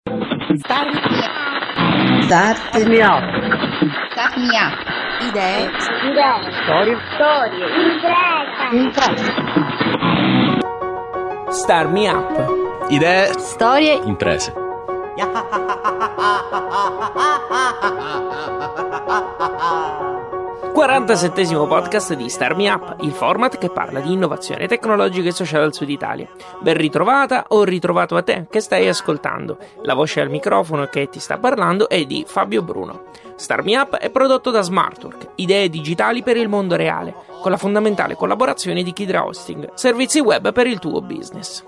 Start me up. Idee. Storie. Imprese. Start me up. Idee. Storie. Imprese. 47esimo podcast di Start Me Up, il format che parla di innovazione tecnologica e sociale al Sud Italia. Ben ritrovata o ritrovato a te che stai ascoltando. La voce al microfono che ti sta parlando è di Fabio Bruno. Start Me Up è prodotto da Smartwork, idee digitali per il mondo reale, con la fondamentale collaborazione di Kidra Hosting, servizi web per il tuo business.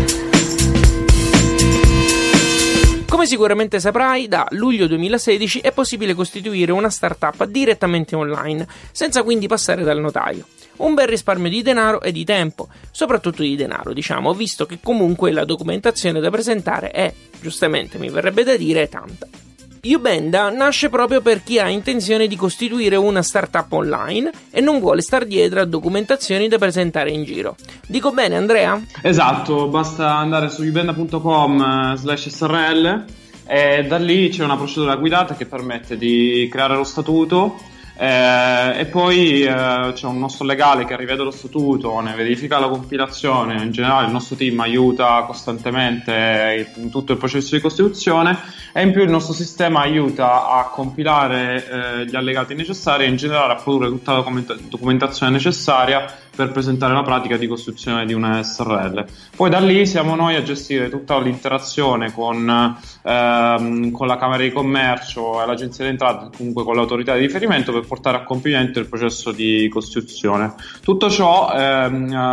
Come sicuramente saprai, da luglio 2016 è possibile costituire una startup direttamente online, senza quindi passare dal notaio. Un bel risparmio di denaro e di tempo, soprattutto di denaro, diciamo, visto che comunque la documentazione da presentare è, giustamente mi verrebbe da dire, tanta. Ubenda nasce proprio per chi ha intenzione di costituire una startup online e non vuole star dietro a documentazioni da presentare in giro. Dico bene, Andrea? Esatto, basta andare su ubenda.com/srl e da lì c'è una procedura guidata che permette di creare lo statuto e poi c'è un nostro legale che rivede lo statuto, ne verifica la compilazione. In generale il nostro team aiuta costantemente in tutto il processo di costituzione e in più il nostro sistema aiuta a compilare gli allegati necessari e in generale a produrre tutta la documentazione necessaria per presentare la pratica di costituzione di una SRL. Poi da lì siamo noi a gestire tutta l'interazione con la Camera di Commercio e l'Agenzia delle Entrate, comunque con l'autorità di riferimento, per portare a compimento il processo di costituzione. Tutto ciò ha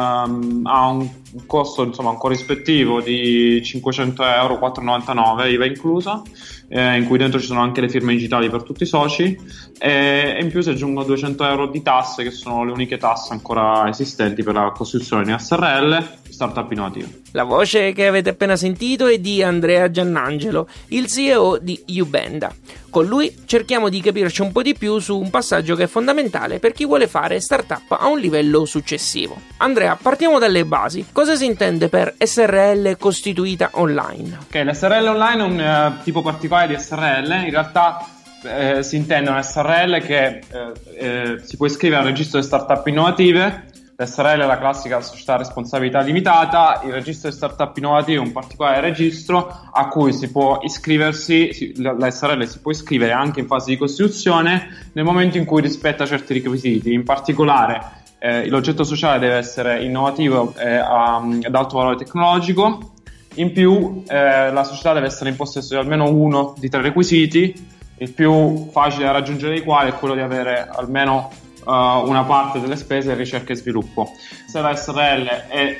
un costo, insomma, un corrispettivo di 500 euro, 4,99 IVA inclusa, in cui dentro ci sono anche le firme digitali per tutti i soci e in più si aggiungono 200 euro di tasse, che sono le uniche tasse ancora esistenti per la costituzione di SRL startup innovativa. La voce che avete appena sentito è di Andrea Giannangelo, il CEO di Ubenda. Con lui cerchiamo di capirci un po' di più su un passaggio che è fondamentale per chi vuole fare startup a un livello successivo. Andrea, partiamo dalle basi. Cosa si intende per SRL costituita online? Ok, l'SRL online è un tipo particolare di SRL. In realtà si intende un SRL che si può iscrivere al registro di startup innovative. L'SRL è la classica società a responsabilità limitata. Il registro di startup innovative è un particolare registro a cui si può iscriversi, la SRL si può iscrivere anche in fase di costituzione nel momento in cui rispetta certi requisiti. In particolare l'oggetto sociale deve essere innovativo ad alto valore tecnologico. In più la società deve essere in possesso di almeno uno di tre requisiti, il più facile da raggiungere dei quali è quello di avere almeno una parte delle spese in ricerca e sviluppo. Se la SRL è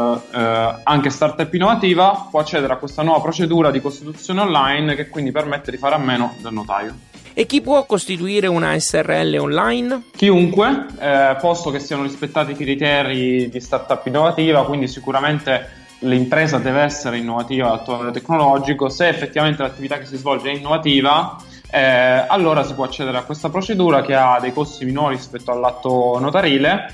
anche startup innovativa, può accedere a questa nuova procedura di costituzione online, che quindi permette di fare a meno del notaio. E chi può costituire una SRL online? Chiunque, posto che siano rispettati i criteri di startup innovativa, quindi sicuramente l'impresa deve essere innovativa ad alto valore tecnologico. Se effettivamente l'attività che si svolge è innovativa, allora si può accedere a questa procedura, che ha dei costi minori rispetto all'atto notarile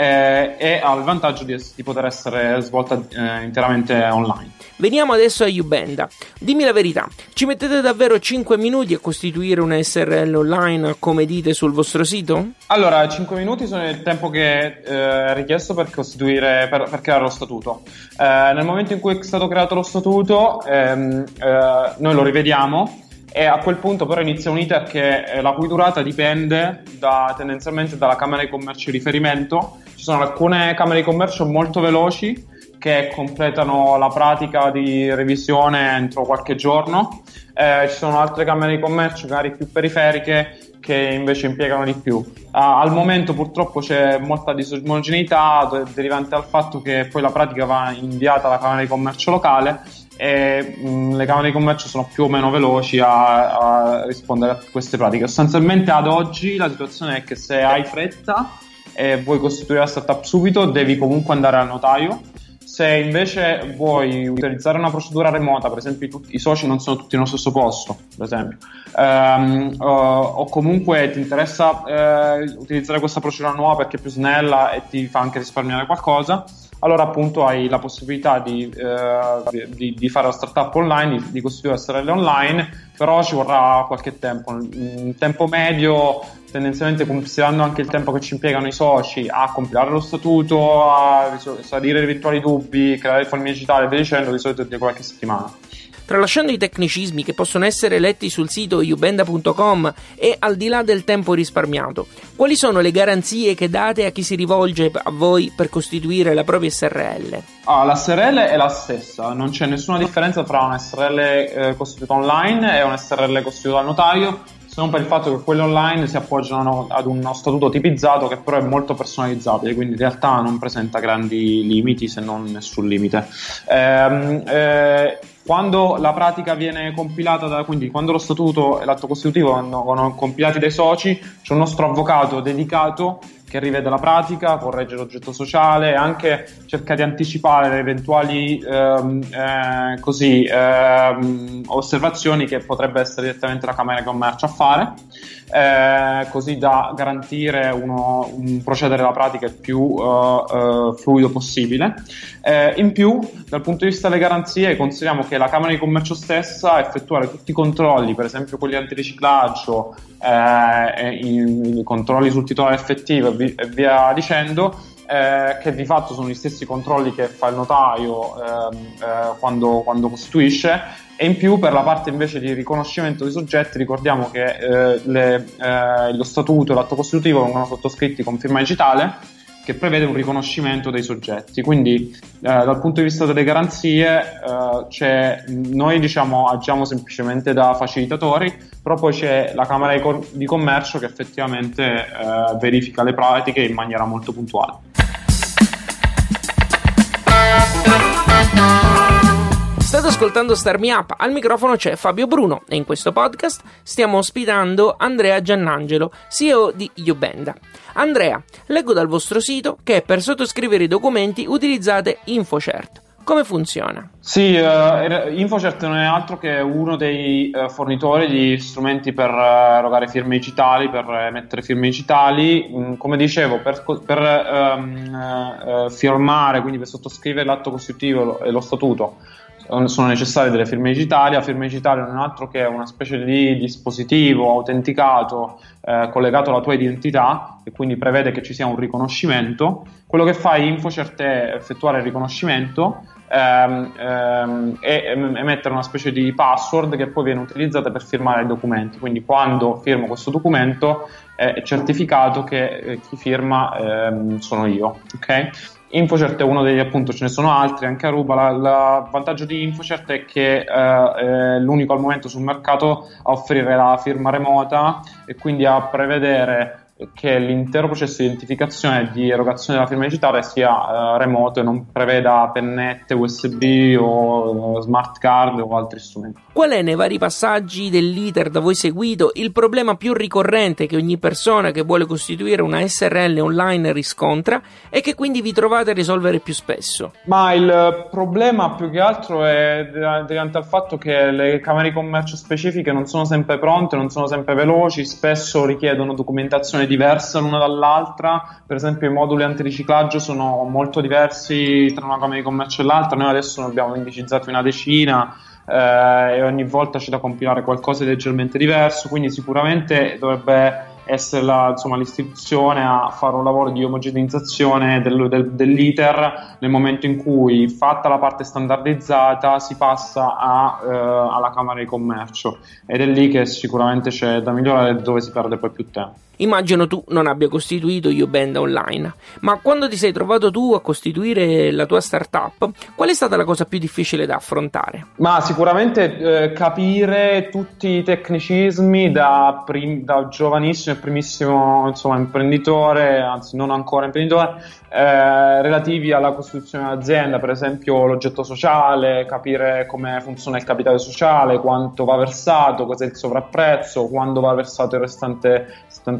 e ha il vantaggio di poter essere svolta interamente online. Veniamo adesso a Ubenda. Dimmi la verità, ci mettete davvero 5 minuti a costituire una SRL online come dite sul vostro sito? Allora, 5 minuti sono il tempo che è richiesto per costituire, per creare lo statuto. Nel momento in cui è stato creato lo statuto, noi lo rivediamo. E a quel punto però inizia un iter la cui durata dipende tendenzialmente dalla Camera di Commercio di riferimento. Ci sono alcune Camere di Commercio molto veloci che completano la pratica di revisione entro qualche giorno, ci sono altre Camere di Commercio magari più periferiche che invece impiegano di più. Al momento purtroppo c'è molta disomogeneità derivante dal fatto che poi la pratica va inviata alla Camera di Commercio locale e le Camere di Commercio sono più o meno veloci a rispondere a queste pratiche. Sostanzialmente ad oggi la situazione è che se hai fretta e vuoi costituire la startup subito, devi comunque andare al notaio. Se invece vuoi utilizzare una procedura remota, per esempio i soci non sono tutti nello stesso posto, per esempio, o comunque ti interessa utilizzare questa procedura nuova perché è più snella e ti fa anche risparmiare qualcosa, allora appunto hai la possibilità di fare la startup online, di costituire la SRL online, però ci vorrà qualche tempo, un tempo medio. Tendenzialmente considerando anche il tempo che ci impiegano i soci a compilare lo statuto, a risalire eventuali dubbi, creare il foglio digitale e via dicendo, di solito è di qualche settimana. Tralasciando i tecnicismi che possono essere letti sul sito youbenda.com e al di là del tempo risparmiato, quali sono le garanzie che date a chi si rivolge a voi per costituire la propria SRL? La SRL è la stessa, non c'è nessuna differenza tra una SRL costituita online e una SRL costituita al notaio, se non per il fatto che quelle online si appoggiano ad uno statuto tipizzato che però è molto personalizzabile, quindi in realtà non presenta grandi limiti, se non nessun limite. Quando la pratica viene compilata, quindi quando lo statuto e l'atto costitutivo vengono compilati dai soci, c'è un nostro avvocato dedicato che rivede la pratica, corregge l'oggetto sociale e anche cerca di anticipare le eventuali osservazioni che potrebbe essere direttamente la Camera di Commercio a fare, così da garantire un procedere della pratica il più fluido possibile. In più, dal punto di vista delle garanzie, consideriamo che la Camera di Commercio stessa effettuare tutti i controlli, per esempio quelli antiriciclaggio, i controlli sul titolare effettivo e via dicendo, che di fatto sono gli stessi controlli che fa il notaio quando costituisce, e in più per la parte invece di riconoscimento dei soggetti ricordiamo che lo statuto e l'atto costitutivo vengono sottoscritti con firma digitale che prevede un riconoscimento dei soggetti, quindi dal punto di vista delle garanzie noi agiamo semplicemente da facilitatori, però poi c'è la Camera di Commercio che effettivamente verifica le pratiche in maniera molto puntuale. State ascoltando Start Me Up, al microfono c'è Fabio Bruno e in questo podcast stiamo ospitando Andrea Giannangelo, CEO di Youbenda. Andrea, leggo dal vostro sito che per sottoscrivere i documenti utilizzate InfoCert. Come funziona? Sì, InfoCert non è altro che uno dei fornitori di strumenti per erogare firme digitali, per emettere firme digitali. Come dicevo, per firmare, quindi per sottoscrivere l'atto costitutivo e lo statuto, sono necessarie delle firme digitali. La firma digitale non è altro che una specie di dispositivo autenticato collegato alla tua identità e quindi prevede che ci sia un riconoscimento. Quello che fa InfoCert è effettuare il riconoscimento e emettere una specie di password che poi viene utilizzata per firmare i documenti. Quindi quando firmo questo documento è certificato che chi firma sono io, ok? InfoCert è uno degli, appunto ce ne sono altri anche a Aruba. Il vantaggio di InfoCert è che è l'unico al momento sul mercato a offrire la firma remota e quindi a prevedere che l'intero processo di identificazione e di erogazione della firma digitale sia remoto e non preveda pennette USB o smart card o altri strumenti. Qual è nei vari passaggi dell'iter da voi seguito il problema più ricorrente che ogni persona che vuole costituire una SRL online riscontra e che quindi vi trovate a risolvere più spesso? Ma il problema più che altro è derivante dal fatto che le camere di commercio specifiche non sono sempre pronte, non sono sempre veloci, spesso richiedono documentazione diversa l'una dall'altra. Per esempio i moduli antiriciclaggio sono molto diversi tra una camera di commercio e l'altra. Noi adesso ne abbiamo indicizzati una decina e ogni volta c'è da compilare qualcosa di leggermente diverso, quindi sicuramente dovrebbe essere l'istituzione a fare un lavoro di omogeneizzazione dell'iter nel momento in cui, fatta la parte standardizzata, si passa alla Camera di Commercio, ed è lì che sicuramente c'è da migliorare e dove si perde poi più tempo. Immagino tu non abbia costituito Youbenda online, ma quando ti sei trovato tu a costituire la tua startup, qual è stata la cosa più difficile da affrontare? Ma sicuramente capire tutti i tecnicismi da giovanissimo e primissimo imprenditore, anzi non ancora imprenditore, relativi alla costituzione dell'azienda, per esempio l'oggetto sociale, capire come funziona il capitale sociale, quanto va versato, cos'è il sovrapprezzo, quando va versato il restante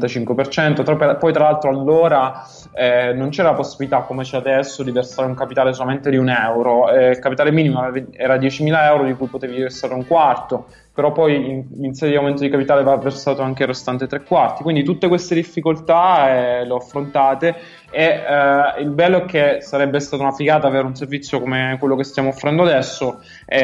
65%, poi tra l'altro allora non c'era la possibilità, come c'è adesso, di versare un capitale solamente di €1. Il capitale minimo era 10.000 euro, di cui potevi versare un quarto, però poi in sede di aumento di capitale va versato anche il restante 3/4. Quindi tutte queste difficoltà le ho affrontate, e il bello è che sarebbe stata una figata avere un servizio come quello che stiamo offrendo adesso,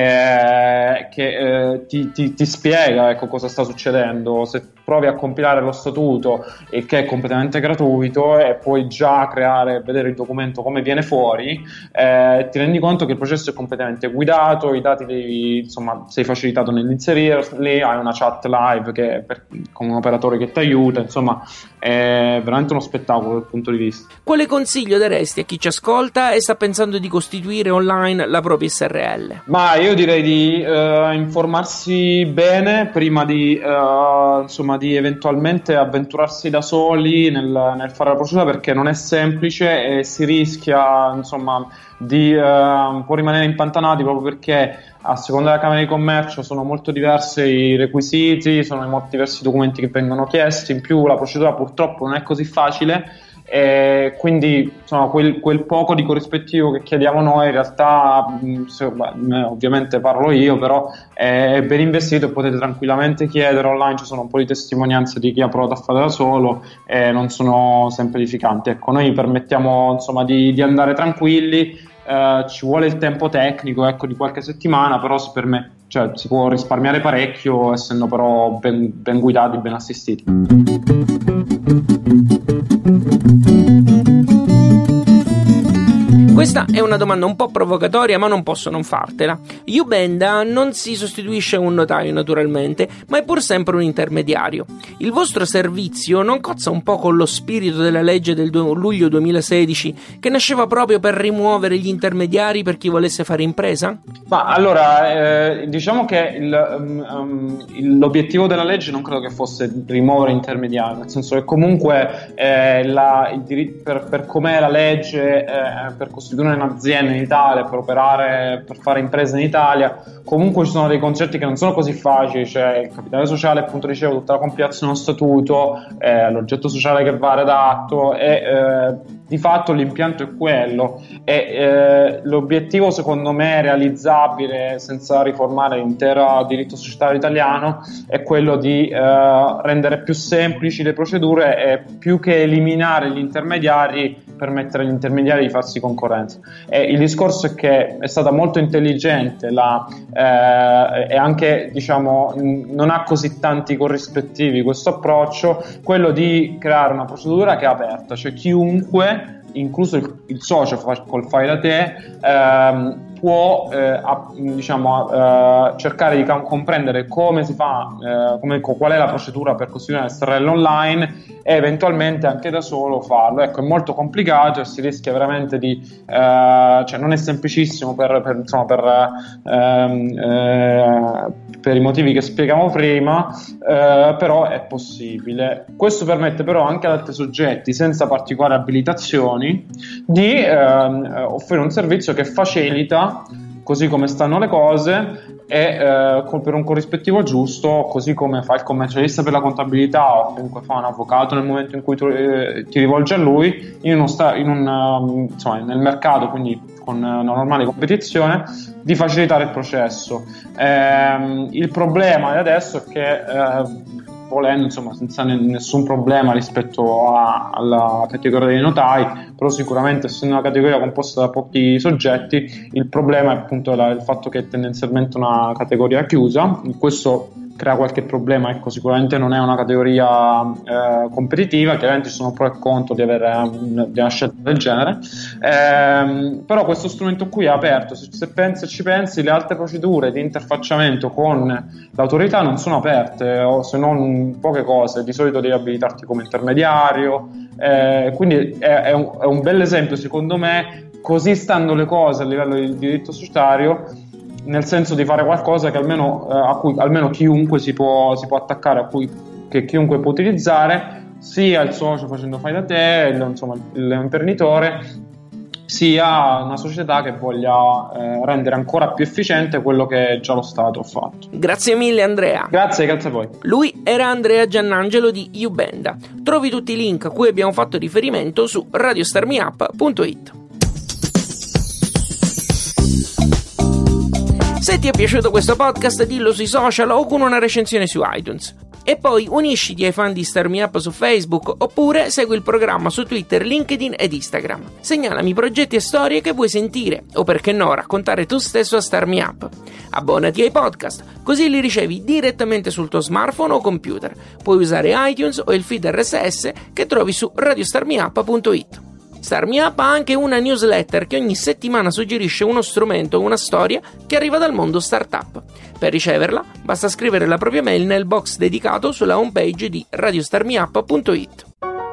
che ti spiega, ecco, cosa sta succedendo. Se provi a compilare lo statuto, il che è completamente gratuito, e puoi già vedere il documento come viene fuori, ti rendi conto che il processo è completamente guidato, i dati sei facilitato nell'inserirli, hai una chat live con un operatore che ti aiuta, insomma è veramente uno spettacolo dal punto di vista. Quale consiglio daresti a chi ci ascolta e sta pensando di costituire online la propria SRL? Ma io direi di informarsi bene prima di eventualmente avventurarsi da soli nel fare la procedura, perché non è semplice e si rischia di un po' rimanere impantanati, proprio perché a seconda della Camera di Commercio sono molto diversi i requisiti, sono molto diversi i documenti che vengono chiesti, in più la procedura purtroppo non è così facile, e quindi quel poco di corrispettivo che chiediamo noi in realtà, ovviamente parlo io, però è ben investito e potete tranquillamente chiedere online. Ci sono un po' di testimonianze di chi ha provato a fare da solo e non sono sempre edificanti. Ecco, noi permettiamo di andare tranquilli. Ci vuole il tempo tecnico, ecco, di qualche settimana, però si può risparmiare parecchio, essendo però ben guidati, ben assistiti. Questa è una domanda un po' provocatoria, ma non posso non fartela. Ubenda non si sostituisce a un notaio, naturalmente, ma è pur sempre un intermediario. Il vostro servizio non cozza un po' con lo spirito della legge del luglio 2016, che nasceva proprio per rimuovere gli intermediari per chi volesse fare impresa? Ma allora, diciamo che l'obiettivo della legge non credo che fosse rimuovere intermediari, nel senso che comunque il diritto, per com'è la legge, per costituire un'azienda in Italia, per operare, per fare impresa in Italia, comunque ci sono dei concetti che non sono così facili. C'è il capitale sociale, appunto dicevo, tutta la compilazione dello statuto, l'oggetto sociale che va redatto, e di fatto l'impianto è quello, e l'obiettivo secondo me realizzabile senza riformare l'intero diritto societario italiano è quello di rendere più semplici le procedure, e più che eliminare gli intermediari, permettere agli intermediari di farsi concorrenza. E il discorso è che è stata molto intelligente e anche non ha così tanti corrispettivi questo approccio, quello di creare una procedura che è aperta, cioè chiunque, incluso il socio col fai da te, può cercare di comprendere come si fa, qual è la procedura per costruire una SRL online, e eventualmente anche da solo farlo. Ecco, è molto complicato e si rischia veramente non è semplicissimo per i motivi che spiegavo prima, però è possibile. Questo permette però anche ad altri soggetti senza particolari abilitazioni di offrire un servizio che facilita, così come stanno le cose, e per un corrispettivo giusto, così come fa il commercialista per la contabilità, o comunque fa un avvocato nel momento in cui ti rivolgi a lui, nel mercato, quindi con una normale competizione, di facilitare il processo. Il problema di adesso è che volendo, senza nessun problema rispetto alla categoria dei notai, però sicuramente essendo una categoria composta da pochi soggetti, il problema è appunto il fatto che è tendenzialmente una categoria chiusa. Questo crea qualche problema, ecco, sicuramente non è una categoria competitiva, chiaramente ci sono pro e contro di avere una scelta del genere, però questo strumento qui è aperto. Se ci pensi, le altre procedure di interfacciamento con l'autorità non sono aperte, o se non poche cose, di solito devi abilitarti come intermediario, quindi è un bel esempio secondo me, così stanno le cose a livello di diritto societario, nel senso di fare qualcosa che a cui almeno chiunque si può attaccare, che chiunque può utilizzare, sia il socio facendo fai da te, l'imprenditore, sia una società che voglia rendere ancora più efficiente quello che già lo Stato ha fatto. Grazie mille Andrea. Grazie a voi. Lui era Andrea Giannangelo di Ubenda. Trovi tutti i link a cui abbiamo fatto riferimento su radiostarmiup.it. Se ti è piaciuto questo podcast, dillo sui social o con una recensione su iTunes. E poi unisciti ai fan di Start Me Up su Facebook oppure segui il programma su Twitter, LinkedIn ed Instagram. Segnalami progetti e storie che vuoi sentire o perché no raccontare tu stesso a Start Me Up. Abbonati ai podcast, così li ricevi direttamente sul tuo smartphone o computer. Puoi usare iTunes o il feed RSS che trovi su radiostarmiup.it. Start Me Up ha anche una newsletter che ogni settimana suggerisce uno strumento o una storia che arriva dal mondo startup. Per riceverla basta scrivere la propria mail nel box dedicato sulla homepage di radiostarmiup.it.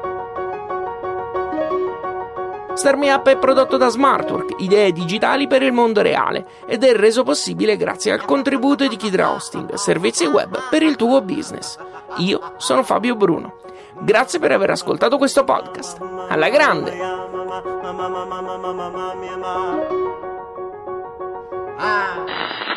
Start Me Up è prodotto da Smartwork, idee digitali per il mondo reale, ed è reso possibile grazie al contributo di Kidra Hosting, servizi web per il tuo business. Io sono Fabio Bruno. Grazie per aver ascoltato questo podcast. Alla grande! Ah.